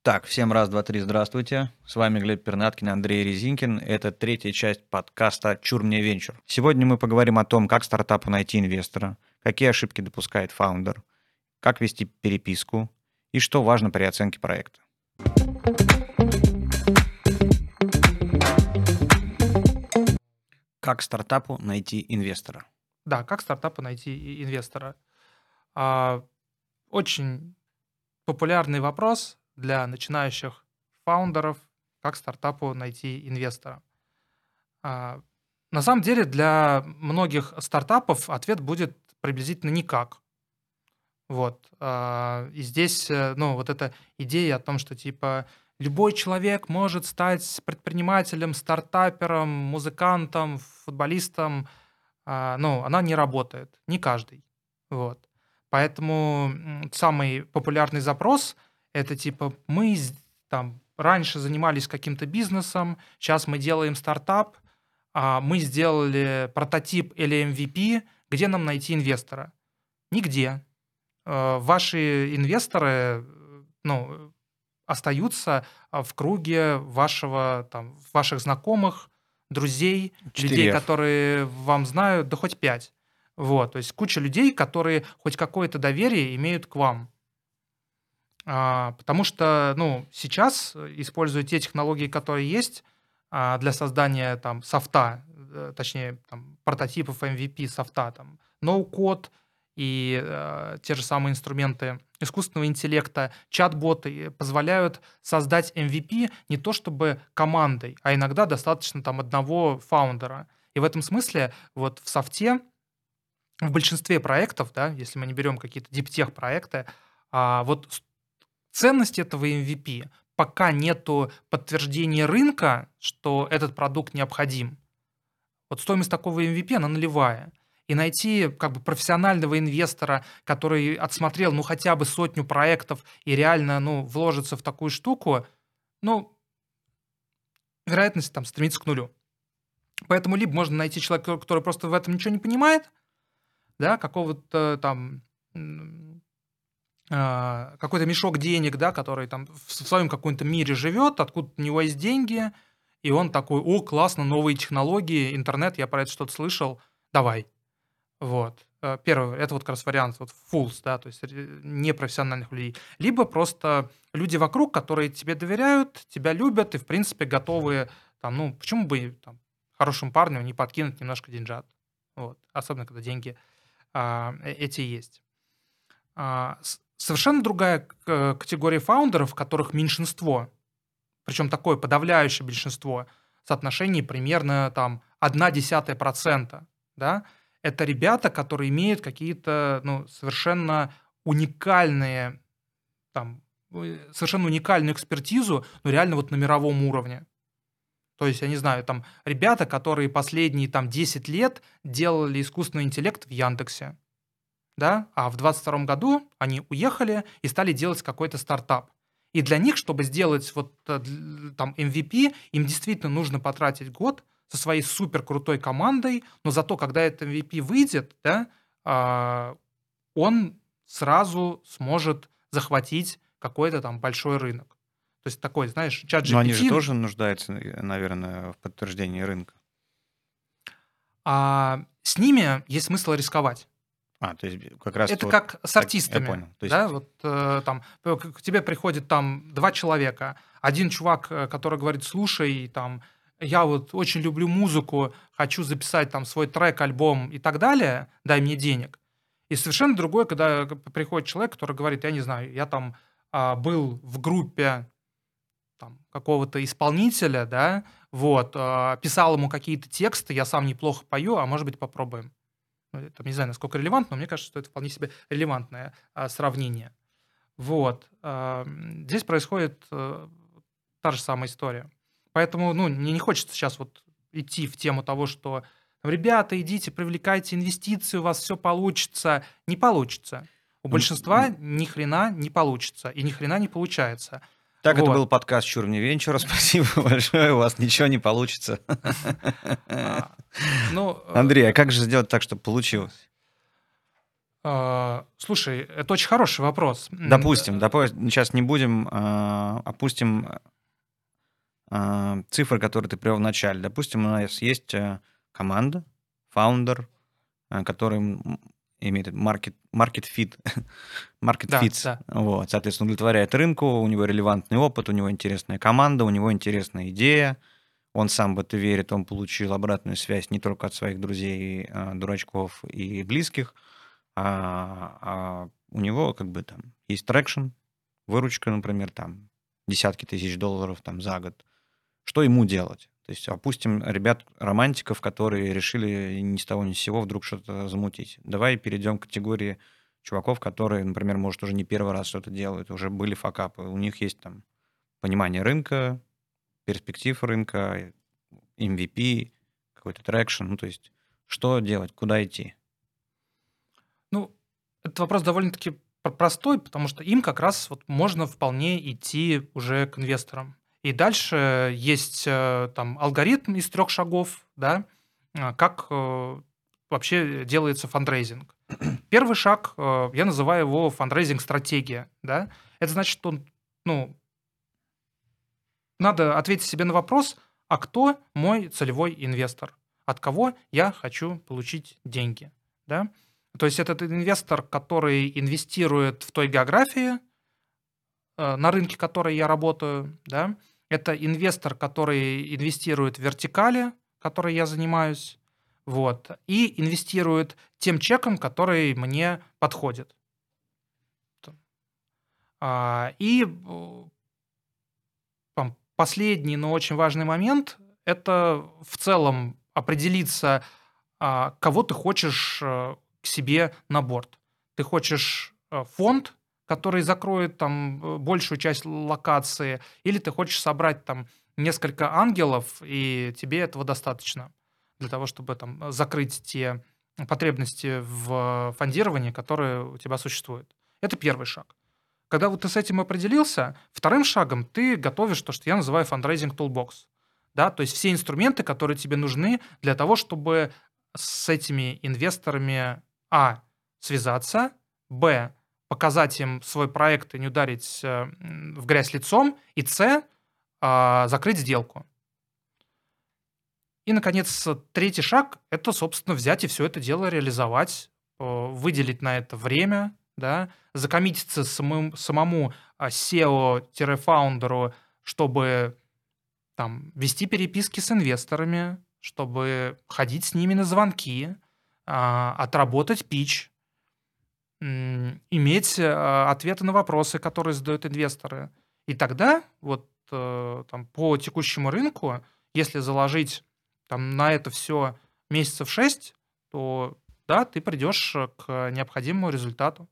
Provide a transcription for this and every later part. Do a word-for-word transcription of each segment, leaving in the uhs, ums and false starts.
Так, всем раз, два, три, здравствуйте. С вами Глеб Пернаткин и Андрей Резинкин. Это третья часть подкаста «Чур мне венчур». Сегодня мы поговорим о том, как стартапу найти инвестора, какие ошибки допускает фаундер, как вести переписку и что важно при оценке проекта. Как стартапу найти инвестора? Да, как стартапу найти и- инвестора? А, Очень популярный вопрос для начинающих фаундеров, как стартапу найти инвестора. А, На самом деле для многих стартапов ответ будет приблизительно никак. Вот. а, И здесь, э, ну, вот эта идея о том, что типа любой человек может стать предпринимателем, стартапером, музыкантом, футболистом, а, ну, она не работает. Не каждый. Вот. Поэтому м, самый популярный запрос это типа мы з- там раньше занимались каким-то бизнесом, сейчас мы делаем стартап, а мы сделали прототип или эм ви пи, где нам найти инвестора? Нигде. Э, Ваши инвесторы, э, ну, остаются а, в круге вашего, там, ваших знакомых, друзей, людей, четыре эф. которые вам знают, да хоть пять. Вот, то есть куча людей, которые хоть какое-то доверие имеют к вам. А, потому что, ну, сейчас, э, используя те технологии, которые есть, а, для создания там софта, э, точнее, там, прототипов эм ви пи софта, там, ноу-код и э, те же самые инструменты искусственного интеллекта, чат-боты э, позволяют создать эм ви пи не то чтобы командой, а иногда достаточно там одного фаундера. И в этом смысле вот в софте, в большинстве проектов, да, если мы не берем какие-то диптех проекты, а, вот с- ценность этого эм ви пи, пока нету подтверждения рынка, что этот продукт необходим, вот стоимость такого эм ви пи, она нулевая. И найти как бы профессионального инвестора, который отсмотрел, ну, хотя бы сотню проектов и реально, ну, вложится в такую штуку, ну, вероятность там стремится к нулю. Поэтому либо можно найти человека, который просто в этом ничего не понимает, да, какого-то там м, а, какой-то мешок денег, да, который там в с- в своем каком-то мире живет, откуда у него есть деньги, и он такой: "О, классно, новые технологии, интернет, я про это что-то слышал, давай". Вот. Э, первый это вот как раз вариант вот fools, да, то есть ре непрофессиональных людей. Либо просто люди вокруг, которые тебе доверяют, тебя любят и, в принципе, готовы там, ну, почему бы и там хорошему парню не подкинуть немножко деньжат. Вот. Особенно, когда деньги, а, э эти есть. А, с Совершенно другая к э, категория фаундеров, которых меньшинство, причем такое подавляющее большинство, в соотношении примерно там одна десятая процента, да. Это ребята, которые имеют какие-то, ну, совершенно уникальные, там, э, совершенно уникальную экспертизу, ну, реально вот на мировом уровне. То есть, я не знаю, там ребята, которые последние там десять лет делали искусственный интеллект в "Яндексе", да, а в двадцать втором году они уехали и стали делать какой-то стартап. И для них, чтобы сделать вот, э, дл там эм ви пи, им действительно нужно потратить год со своей супер крутой командой, но зато когда этот эм ви пи выйдет, да, а, он сразу сможет захватить какой-то там большой рынок. То есть такой, знаешь, чат Но они же ChatGPT, тоже нуждаются, э, наверное, в подтверждении рынка. а, с ними есть смысл рисковать. А, то есть б как раз Это вот как с так, я артистами, понял. То да, есть вот, э, там, п к к тебе приходит там два человека. Один чувак, э, который говорит: "Слушай, там, я вот очень люблю музыку, хочу записать там свой трек, альбом и так далее, дай мне денег". И совершенно другое, когда г приходит человек, который говорит: "Я не знаю, я там, а, был в группе там какого-то исполнителя, да, вот, а, писал ему какие-то тексты, я сам неплохо пою, а может быть, попробуем". Ну, это не знаю, насколько релевантно, но мне кажется, что это вполне себе релевантное, а, сравнение. Вот, ам, здесь происходит, э, та же самая история. Поэтому, ну, мне не хочется сейчас вот идти в тему того, что ребята, идите, привлекайте инвестиции, у вас все получится. Не получится. У ну, большинства м, ни хрена не получится и ни хрена не получается. так, это был Вот. подкаст "Чур мне венчура". Спасибо большое. У вас ничего не получится. А, ну, Андрей, а э, как же сделать так, чтобы получилось? А, Слушай, это очень хороший вопрос. М, Допустим, допу- сейчас не будем, а, опустим а, цифры, которые ты привел в начале. Допустим, у нас есть э, команда, фаундер, а, который м, имеет market, market fit, market Да, fits, да. вот, соответственно, удовлетворяет рынку, у него релевантный опыт, у него интересная команда, у него интересная идея, он сам в это верит, он получил обратную связь не только от своих друзей, а, дурачков и близких, а, а у него как бы там есть трекшн, выручка, например, там десятки тысяч долларов там за год. Что ему делать? То есть опустим ребят-романтиков, которые решили ни с того ни с сего вдруг что-то замутить. Давай перейдем к категории чуваков, которые, например, может, уже не первый раз что-то делают, уже были факапы. У них есть там понимание рынка, перспектив рынка, эм ви пи, какой-то трекшн. Ну, то есть что делать, куда идти? Ну, этот вопрос довольно-таки пр- простой, потому что им как раз вот можно вполне идти уже к инвесторам. И дальше есть э, там алгоритм из трех шагов, да, а, как э, вообще делается фандрейзинг. Первый шаг, э, я называю его фандрейзинг-стратегия, да. Это значит, что, ну, надо ответить себе на вопрос, а кто мой целевой инвестор? От кого я хочу получить деньги? Да? То есть этот инвестор, который инвестирует в той географии, э, на рынке, которой я работаю, да? Это инвестор, который инвестирует в вертикали, которой я занимаюсь, вот, и инвестирует тем чеком, который мне подходит. Т- а, И э, Пам последний, но очень важный момент — это в целом определиться, а, кого ты хочешь, э, к себе на борт. Ты хочешь, э, фонд, который закроет там, э, большую часть локации, или ты хочешь собрать там несколько ангелов, и тебе этого достаточно для того, чтобы там, э, закрыть те потребности в фондировании, которые у тебя существуют. Это первый шаг. Когда вот ты с этим определился, вторым шагом ты готовишь то, что я называю fundraising toolbox. Да, то есть все инструменты, которые тебе нужны для того, чтобы с этими инвесторами, а, связаться, б, показать им свой проект и не ударить э, м, в грязь лицом, и с, а, закрыть сделку. И, наконец, третий шаг — это, собственно, взять и все это дело реализовать, э, выделить на это время, да, закоммититься самым самому, а, сео-фаундеру, чтобы там вести переписки с инвесторами, чтобы ходить с ними на звонки, а, отработать pitch, м, иметь, а, ответы на вопросы, которые задают инвесторы. И тогда вот, э, там по текущему рынку, если заложить там на это все месяцев шесть, то да, ты придешь, э, к необходимому результату.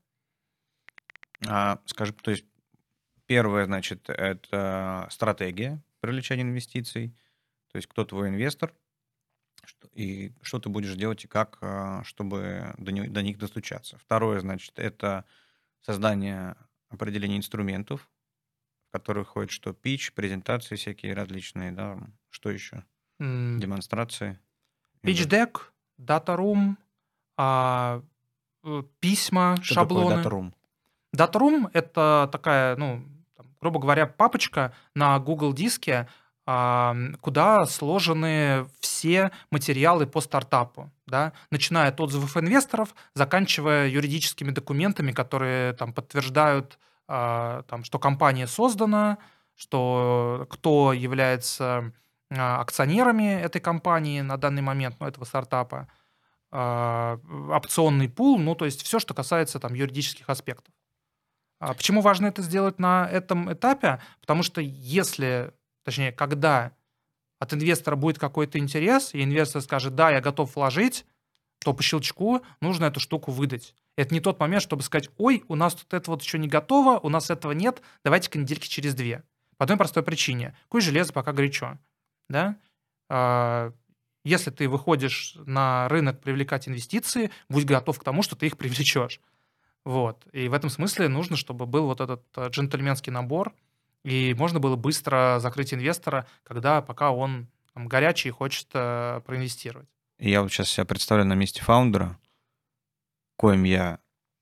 А, скажи, то есть первое, значит, это стратегия привлечения инвестиций, то есть кто твой инвестор, что- и что ты будешь делать и как, а, чтобы до, него- до них достучаться. Второе, значит, это создание определения инструментов, в которых входит что пич, презентации всякие различные, да, что еще, М, демонстрации. Pitch Или deck, data room, а, э, письма, что такое шаблоны. дата-рум? Dataroom — это такая, ну, там, грубо говоря, папочка на Google диске, ам, куда сложены все материалы по стартапу, да, начиная от отзывов инвесторов, заканчивая юридическими документами, которые там подтверждают, а, там, что компания создана, что кто является, а, акционерами этой компании на данный момент, ну, этого стартапа, а, опционный пул, ну, то есть все, что касается там юридических аспектов. А почему важно это сделать на этом этапе? Потому что если, точнее, когда от инвестора будет какой-то интерес, и инвестор скажет: "Да, я готов вложить", то по щелчку нужно эту штуку выдать. Это не тот момент, чтобы сказать: "Ой, у нас тут это вот еще не готово, у нас этого нет, давайте-ка недельки через две". По одной простой причине: куй железо, пока горячо. Да? А, Если ты выходишь на рынок привлекать инвестиции, будь готов к тому, что ты их привлечешь. Вот. И в этом смысле нужно, чтобы был вот этот, э, джентльменский набор, и можно было быстро закрыть инвестора, когда пока он там горячий и хочет, э, проинвестировать. И я вот сейчас себя представляю на месте фаундера, коим я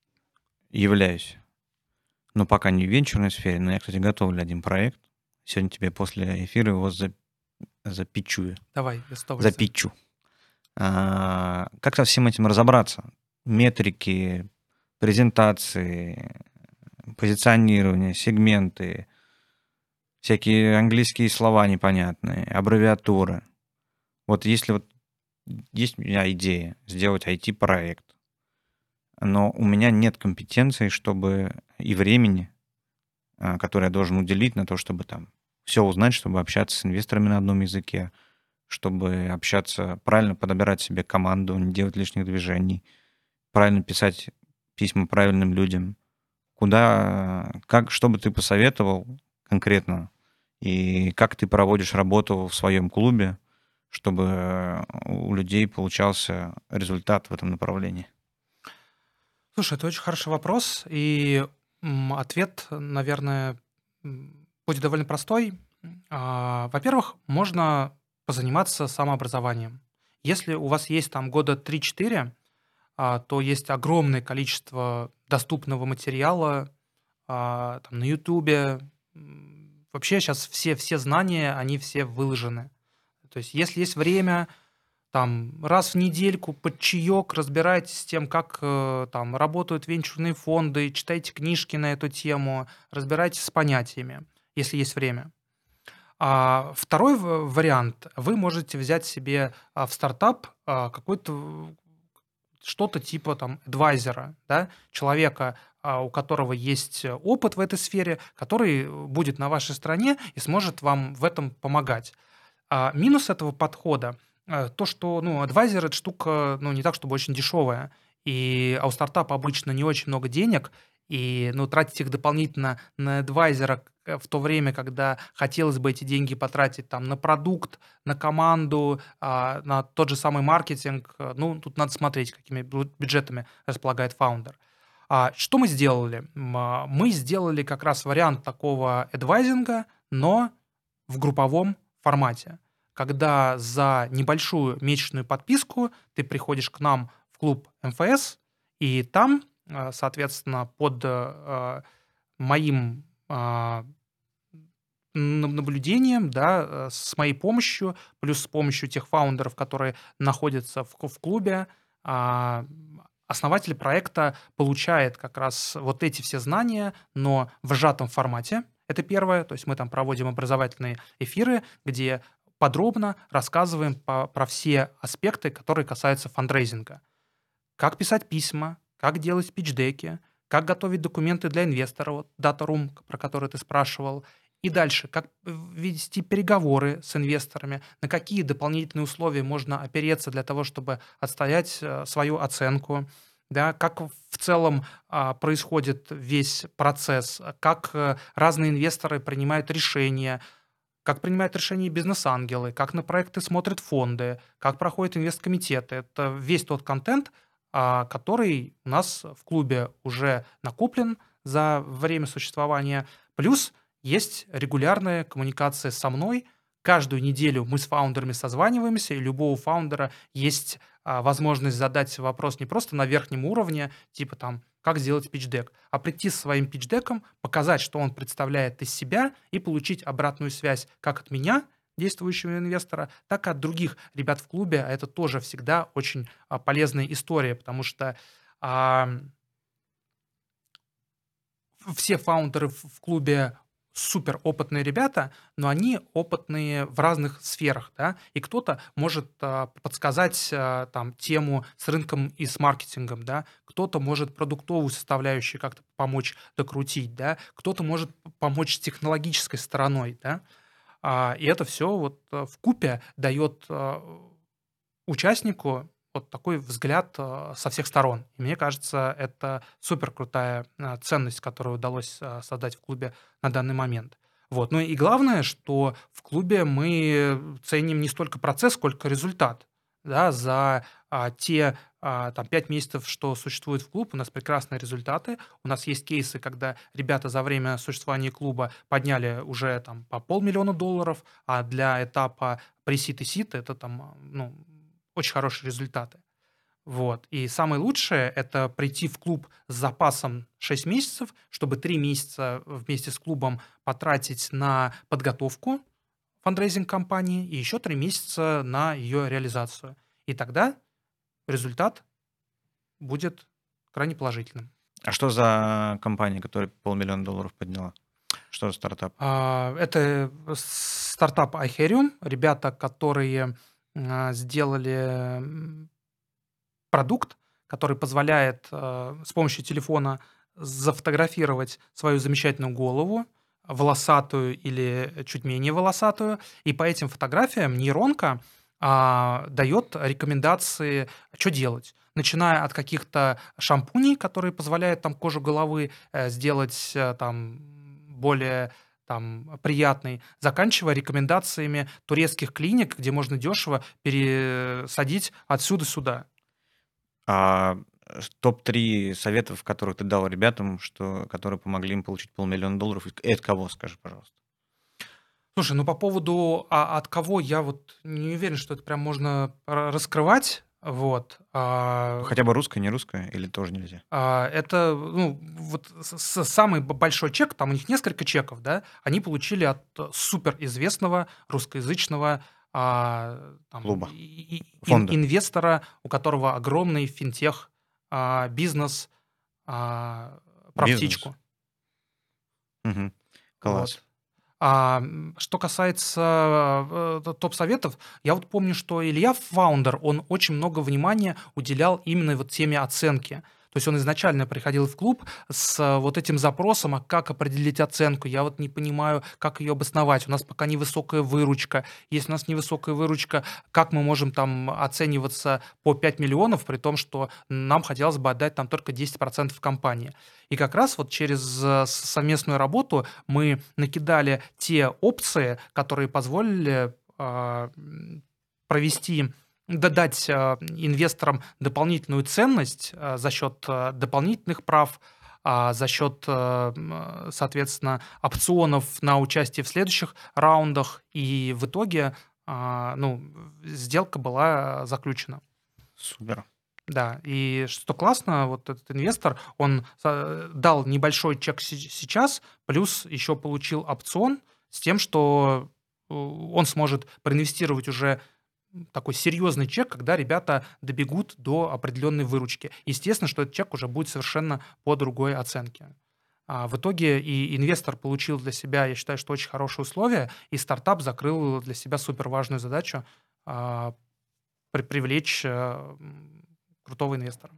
являюсь, но пока не в венчурной сфере, но я, кстати, готовлю один проект. Сегодня тебе после эфира его за- запичую, Давай, я с удовольствием. запичу. А, Как со всем этим разобраться? Метрики, презентации, позиционирование, сегменты, всякие английские слова непонятные, аббревиатуры. Вот если вот есть у меня идея сделать ай ти-проект, но у меня нет компетенции, чтобы и времени, а, которое я должен уделить на то, чтобы там все узнать, чтобы общаться с инвесторами на одном языке, чтобы общаться, правильно подобирать себе команду, не делать лишних движений, правильно писать письма правильным людям. Куда, как, что бы ты посоветовал конкретно, и как ты проводишь работу в своем клубе, чтобы э, у людей получался результат в этом направлении? Слушай, это очень хороший вопрос, и м, ответ, наверное, м, будет довольно простой. А, Во-первых, можно позаниматься самообразованием. Если у вас есть там года три-четыре, а, то есть огромное количество доступного материала а, там, на Ютубе. М, Вообще сейчас все, все знания, они все выложены. То есть если есть время, там раз в недельку под чаек разбирайтесь с тем, как э, там работают венчурные фонды, читайте книжки на эту тему, разбирайтесь с понятиями, если есть время. А второй в- вариант: вы можете взять себе а, в стартап а, какой-то что-то типа там адвайзера, да, человека, а, у которого есть э, опыт в этой сфере, который э, будет на вашей стороне и сможет вам в этом помогать. А минус этого подхода э, то, что, ну, адвайзер — это штука, ну, не так, чтобы очень дешевая, и, а у стартапа обычно не очень много денег, и, ну, тратить их дополнительно на адвайзера э, в то время, когда хотелось бы эти деньги потратить там на продукт, на команду, а, на тот же самый маркетинг, э, ну, тут надо смотреть, какими бю- бюджетами располагает фаундер. А, что мы сделали? М, а, Мы сделали как раз вариант такого адвайзинга, но в групповом формате, когда за небольшую месячную подписку ты приходишь к нам в клуб эм эф эс, и там, э, соответственно, под э, моим а, н- наблюдением, да, э, с моей помощью, плюс с помощью тех фаундеров, которые находятся в, ку- в клубе, а, основатель проекта получает как раз вот эти все знания, но в сжатом формате. Это первое. То есть мы там проводим образовательные эфиры, где подробно рассказываем по- про все аспекты, которые касаются фандрейзинга. Как писать письма, как делать питч-деки, как готовить документы для инвестора, вот Data Room, про который ты спрашивал. И дальше, как э, вести переговоры с инвесторами, на какие дополнительные условия можно опереться для того, чтобы отстоять э, свою оценку, да, как в целом а, происходит весь процесс, а, как э, разные инвесторы принимают решения, как принимают решения бизнес-ангелы, как на проекты смотрят фонды, как проходят инвесткомитеты. Это весь тот контент, а, который у нас в клубе уже накоплен за время существования. Плюс есть регулярная коммуникация со мной. Каждую неделю мы с фаундерами созваниваемся, и у любого фаундера есть а, возможность задать вопрос не просто на верхнем уровне, типа там, как сделать питч-дек, а прийти со своим питч-деком, показать, что он представляет из себя, и получить обратную связь как от меня, действующего инвестора, так и от других ребят в клубе. А это тоже всегда очень а, полезная история, потому что а, все фаундеры в в клубе супер опытные ребята, но они опытные в разных сферах, да, и кто-то может а, подсказать а, там тему с рынком и с маркетингом, да, кто-то может продуктовую составляющую как-то помочь докрутить, да, кто-то может п- помочь с технологической стороной, да, а, и это все вот а, вкупе дает а, участнику вот такой взгляд, а, со всех сторон. И мне кажется, это супер крутая, а, ценность, которую удалось, а, создать в клубе на данный момент. Вот. Ну и главное, что в клубе мы ценим не столько процесс, сколько результат. Да, за, а, те, а, там пять месяцев, что существует в клуб, у нас прекрасные результаты. У нас есть кейсы, когда ребята за время существования клуба подняли уже там по полмиллиона долларов, а для этапа pre-seed и seed это там, а, ну, очень хорошие результаты. Вот. И самое лучшее — это прийти в клуб с запасом шесть месяцев, чтобы три месяца вместе с клубом потратить на подготовку фандрейзинг-компании и еще три месяца на ее реализацию. И тогда результат будет крайне положительным. А что за компания, которая полмиллиона долларов подняла? Что за стартап? А, Это стартап iHerium. Ребята, которые а, сделали м, продукт, который позволяет э, с помощью телефона зафотографировать свою замечательную голову, волосатую или чуть менее волосатую, и по этим фотографиям нейронка а, дает рекомендации, что делать. Начиная от каких-то шампуней, которые позволяют там кожу головы э, сделать э, там более там, приятной, заканчивая рекомендациями турецких клиник, где можно дешево пересадить отсюда сюда. А э, топ три советов, которых ты дал ребятам, что, которые помогли им получить полмиллиона долларов, и это кого, скажи, пожалуйста? Слушай, ну по поводу, а, от кого, я вот не уверен, что это прям можно ра- раскрывать. Вот. А, Хотя бы русская, не русская, или тоже нельзя? а, это, ну, вот с- с- самый б- большой чек, там у них несколько чеков, да, они получили от э, суперизвестного русскоязычного а, там, Клуба, и- и- ин- фонда. инвестора, у которого огромный финтех а, бизнес а, про Бизнес. птичку. Мгм. Класс. Вот. А, м, что касается, э, т топ-советов, я вот помню, что Илья, фаундер, он очень много внимания уделял именно вот теме оценки. То есть он изначально приходил в клуб с э, вот этим запросом: а как определить оценку? Я вот не понимаю, как ее обосновать. У нас пока невысокая выручка. Если у нас невысокая выручка, как мы можем там оцениваться по пять миллионов, при том, что нам хотелось бы отдать там только десять процентов компании? И как раз вот через э, с- совместную работу мы накидали те опции, которые позволили а, м, провести, да, дать а, инвесторам дополнительную ценность а, за счет а, дополнительных прав, а, за счет, а, м, а, соответственно, опционов на участие в следующих раундах. И в итоге а, ну, сделка была заключена. Супер. Да, и что классно, вот этот инвестор, он са дал небольшой чек се сейчас, плюс еще получил опцион с тем, что э, он сможет проинвестировать уже м, такой серьезный чек, когда ребята добегут до определенной выручки. Естественно, что этот чек уже будет совершенно по другой оценке. А в итоге и инвестор получил для себя, я считаю, что очень хорошие условия, и стартап закрыл для себя супер важную задачу, а, при привлечь, а, м, крутого инвестора.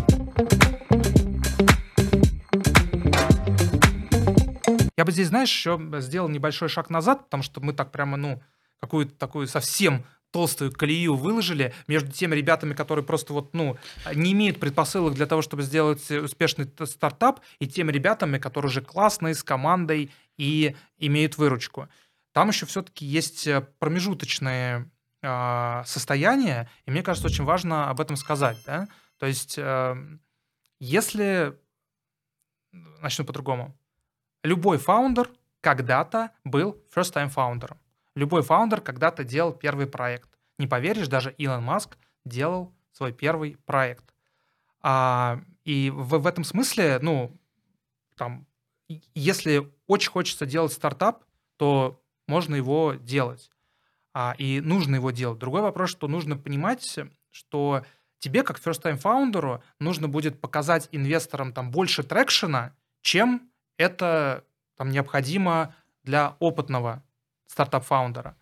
Я бы здесь, знаешь, еще сделал небольшой шаг назад, потому что мы так прямо, ну, какую-то такую совсем толстую колею выложили между теми ребятами, которые просто вот, ну, а, не имеют предпосылок для того, чтобы сделать э, успешный т- стартап, и теми ребятами, которые уже классные, с командой и имеют выручку. Там еще все-таки есть э, промежуточные а, состояния, и мне кажется, очень важно об этом сказать, да. То есть, эм, если начну по-другому. Любой фаундер когда-то был first-time фаундером. Любой фаундер когда-то делал первый проект. Не поверишь, даже Илон Маск делал свой первый проект. А, и в, в этом смысле, ну, там, и- если очень хочется делать стартап, то можно его делать. А, и нужно его делать. Другой вопрос, что нужно понимать, что тебе, как first-time фаундеру, нужно будет показать инвесторам там больше трекшена, чем это там необходимо для опытного стартап-фаундера.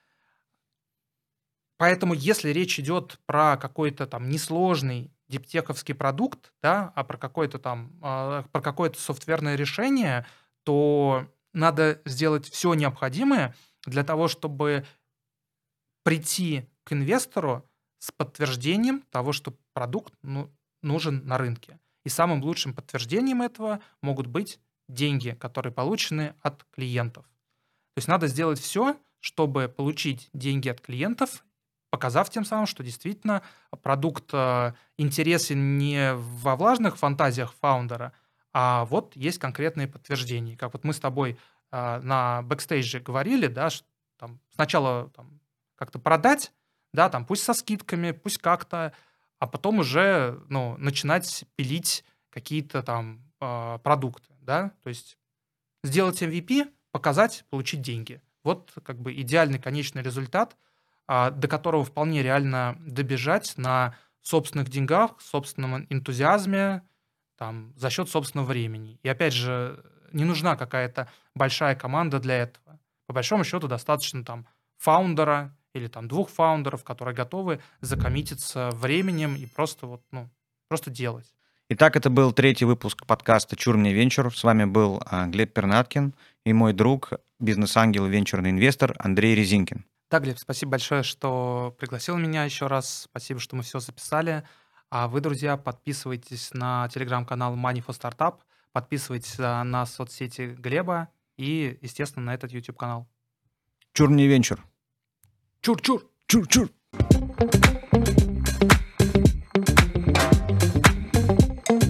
Поэтому, если речь идет про какой-то там несложный диптеховский продукт, да, а про какое-то там, а, про какое-то софтверное решение, то надо сделать все необходимое для того, чтобы прийти к инвестору с подтверждением того, что продукт, ну, нужен на рынке. И самым лучшим подтверждением этого могут быть деньги, которые получены от клиентов. То есть надо сделать все, чтобы получить деньги от клиентов, показав тем самым, что действительно продукт э, интересен не во влажных фантазиях фаундера, а вот есть конкретные подтверждения. Как вот мы с тобой э, на бэкстейдже говорили, да, ш- там, сначала там, как-то продать, да, там, пусть со скидками, пусть как-то, а потом уже, ну, начинать пилить какие-то там а, продукты, да, то есть сделать эм ви пи, показать, получить деньги. Вот как бы идеальный конечный результат, а, до которого вполне реально добежать на собственных деньгах, собственном энтузиазме, там, за счет собственного времени. И опять же, не нужна какая-то большая команда для этого. По большому счету достаточно там фаундера или там двух фаундеров, которые готовы закоммититься временем и просто вот, ну, просто делать. Итак, это был третий выпуск подкаста «Чур мне венчур». С вами был а, Глеб Пернаткин и мой друг, бизнес-ангел и венчурный инвестор Андрей Резинкин. Да, Глеб, спасибо большое, что пригласил меня еще раз. Спасибо, что мы все записали. А вы, друзья, подписывайтесь на телеграм-канал Money for Startup, подписывайтесь а, на соцсети Глеба и, естественно, на этот YouTube-канал. Чур мне венчур. Чур-чур! Чур-чур!